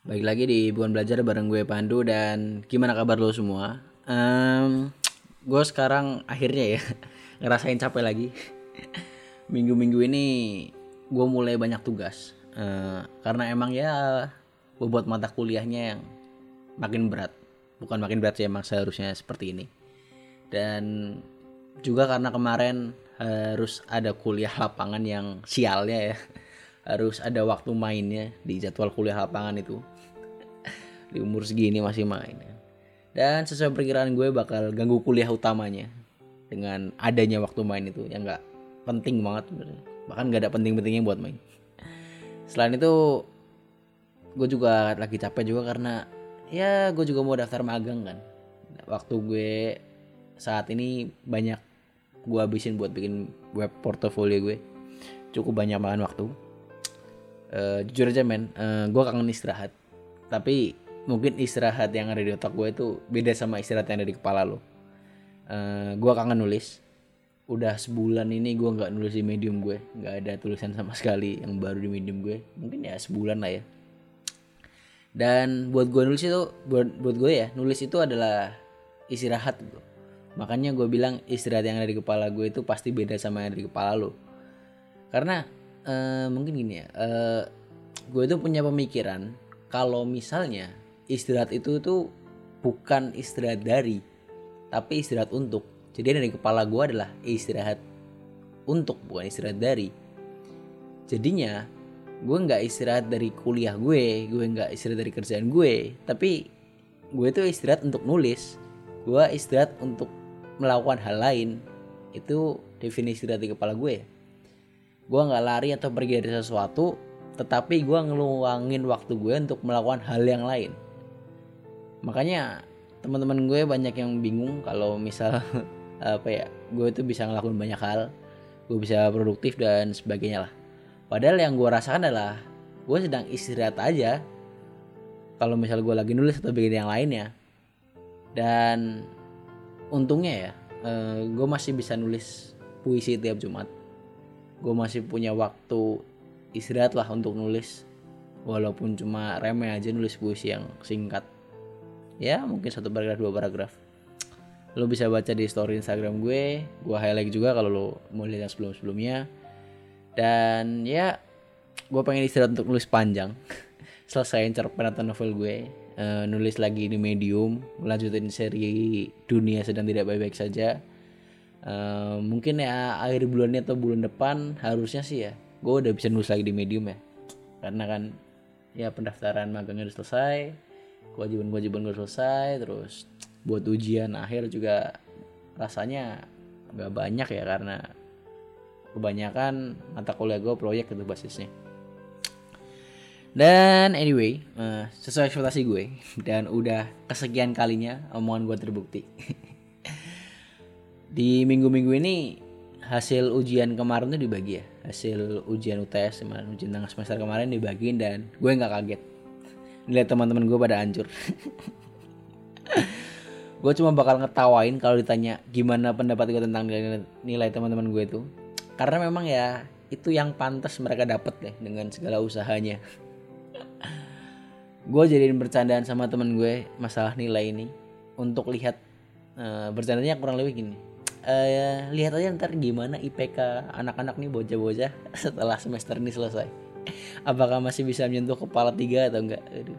Balik lagi di Bukan Belajar bareng gue Pandu dan gimana kabar lo semua? Gue sekarang akhirnya ya ngerasain capek lagi. Minggu-minggu ini gue mulai banyak tugas karena emang ya bobot mata kuliahnya yang makin berat. Bukan makin berat sih, emang seharusnya seperti ini. Dan juga karena kemarin harus ada kuliah lapangan yang sialnya ya. Harus ada waktu mainnya di jadwal kuliah lapangan itu. Di umur segini masih main ya. Dan sesuai perkiraan gue bakal ganggu kuliah utamanya dengan adanya waktu main itu yang nggak penting banget sebenarnya. Bahkan nggak ada penting-pentingnya buat main. Selain itu gue juga lagi capek juga karena ya gue juga mau daftar magang kan. Waktu gue saat ini banyak gue habisin buat bikin web portofolio gue. Cukup banyak makan waktu. Jujur aja men, gue kangen istirahat. Tapi mungkin istirahat yang ada di otak gue itu beda sama istirahat yang ada di kepala lo. Gue kangen nulis. Udah sebulan ini gue nggak nulis di Medium gue, nggak ada tulisan sama sekali yang baru di Medium gue. Mungkin ya sebulan lah ya. Dan buat gue nulis itu, buat gue ya, nulis itu adalah istirahat gitu. Makanya gue bilang istirahat yang ada di kepala gue itu pasti beda sama yang ada di kepala lo. Karena mungkin gini ya, gue itu punya pemikiran kalau misalnya istirahat itu tuh bukan istirahat dari, tapi istirahat untuk. Jadi dari kepala gue adalah istirahat untuk, bukan istirahat dari. Jadinya gue nggak istirahat dari kuliah gue nggak istirahat dari kerjaan gue, tapi gue tuh istirahat untuk nulis. Gue istirahat untuk melakukan hal lain. Itu definisi istirahat di kepala gue ya. Gue nggak lari atau pergi dari sesuatu, tetapi gue ngeluangin waktu gue untuk melakukan hal yang lain. Makanya teman-teman gue banyak yang bingung kalau misal apa ya, gue tuh bisa ngelakuin banyak hal, gue bisa produktif dan sebagainya lah. Padahal yang gue rasakan adalah gue sedang istirahat aja. Kalau misal gue lagi nulis atau bikin yang lainnya. Dan untungnya ya, gue masih bisa nulis puisi tiap Jumat. Gue masih punya waktu istirahat lah untuk nulis, walaupun cuma remeh aja nulis puisi yang singkat. Ya mungkin 1 paragraf 2 paragraf. Lo bisa baca di story Instagram gue highlight juga kalau lo mau lihat yang sebelum-sebelumnya. Dan ya gue pengen istirahat untuk nulis panjang. Selesaiin cerpen atau novel gue, nulis lagi di Medium, melanjutin seri Dunia Sedang Tidak Baik-Baik Saja. Mungkin ya akhir bulan ini atau bulan depan harusnya sih ya gue udah bisa nulis lagi di Medium ya, karena kan ya pendaftaran magangnya udah selesai, kewajiban gue selesai, terus buat ujian akhir juga rasanya nggak banyak ya, karena kebanyakan mata kuliah gue proyek itu basisnya. Dan anyway, sesuai ekspektasi gue dan udah kesekian kalinya omongan gue terbukti. Di minggu-minggu ini hasil ujian kemarin tuh dibagi ya. Hasil ujian UTS kemarin, ujian tengah semester kemarin dibagiin, dan gue gak kaget. Nilai teman-teman gue pada hancur. Gue cuma bakal ngetawain kalau ditanya gimana pendapat gue tentang nilai teman-teman gue itu. Karena memang ya itu yang pantas mereka dapat deh dengan segala usahanya. Gue jadiin bercandaan sama temen gue masalah nilai ini untuk lihat, bercandanya kurang lebih gini. Lihat aja ntar gimana IPK anak-anak nih, bocah-bocah setelah semester ini selesai. Apakah masih bisa menyentuh kepala 3 atau enggak? Aduh.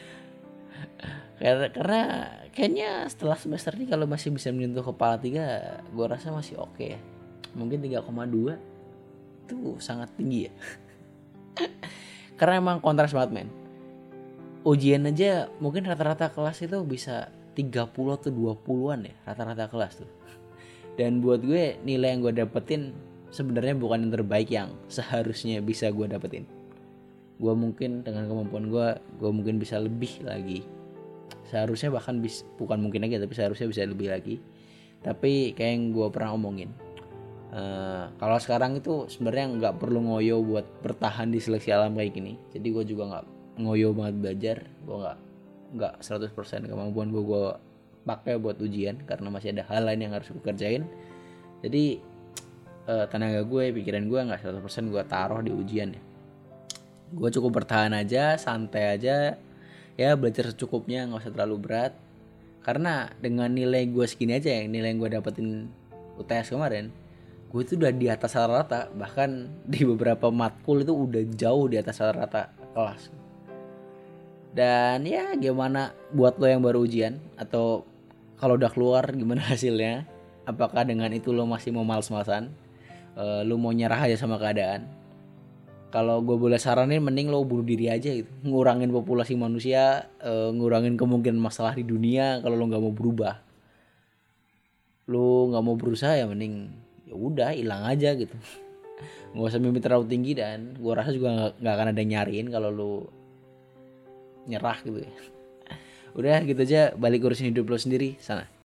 Karena kayaknya setelah semester ini kalau masih bisa menyentuh kepala 3, gue rasa masih oke ya. Mungkin 3,2 itu sangat tinggi ya. Karena emang kontras banget men. Ujian aja mungkin rata-rata kelas itu bisa 30 atau 20-an ya, rata-rata kelas tuh. Dan buat gue nilai yang gue dapetin sebenarnya bukan yang terbaik yang seharusnya bisa gue dapetin. Gue mungkin dengan kemampuan gue mungkin bisa lebih lagi. Seharusnya bahkan bukan mungkin lagi, tapi seharusnya bisa lebih lagi. Tapi kayak yang gue pernah omongin, kalau sekarang itu sebenarnya nggak perlu ngoyo buat bertahan di seleksi alam kayak gini. Jadi gue juga nggak ngoyo banget belajar. Gue nggak 100% kemampuan gue pakai buat ujian karena masih ada hal lain yang harus gue kerjain. Jadi tenaga gue, pikiran gue nggak 100% gue taruh di ujian ya. Gue cukup bertahan aja, santai aja, ya belajar secukupnya, nggak usah terlalu berat. Karena dengan nilai gue segini aja, yang nilai yang gue dapetin UTS kemarin, gue tuh udah di atas rata-rata, bahkan di beberapa matkul itu udah jauh di atas rata-rata kelas. Dan ya gimana buat lo yang baru ujian, atau kalau udah keluar gimana hasilnya? Apakah dengan itu lo masih mau males-malesan? Lo mau nyerah aja sama keadaan? Kalau gue boleh saranin, mending lo bunuh diri aja gitu, ngurangin populasi manusia, ngurangin kemungkinan masalah di dunia. Kalau lo nggak mau berubah, lo nggak mau berusaha, ya mending ya udah hilang aja gitu. Nggak usah mimpi terlalu tinggi, dan gue rasa juga nggak akan ada yang nyariin kalau lo nyerah gitu ya. Udah gitu aja, balik urusin hidup lo sendiri sana.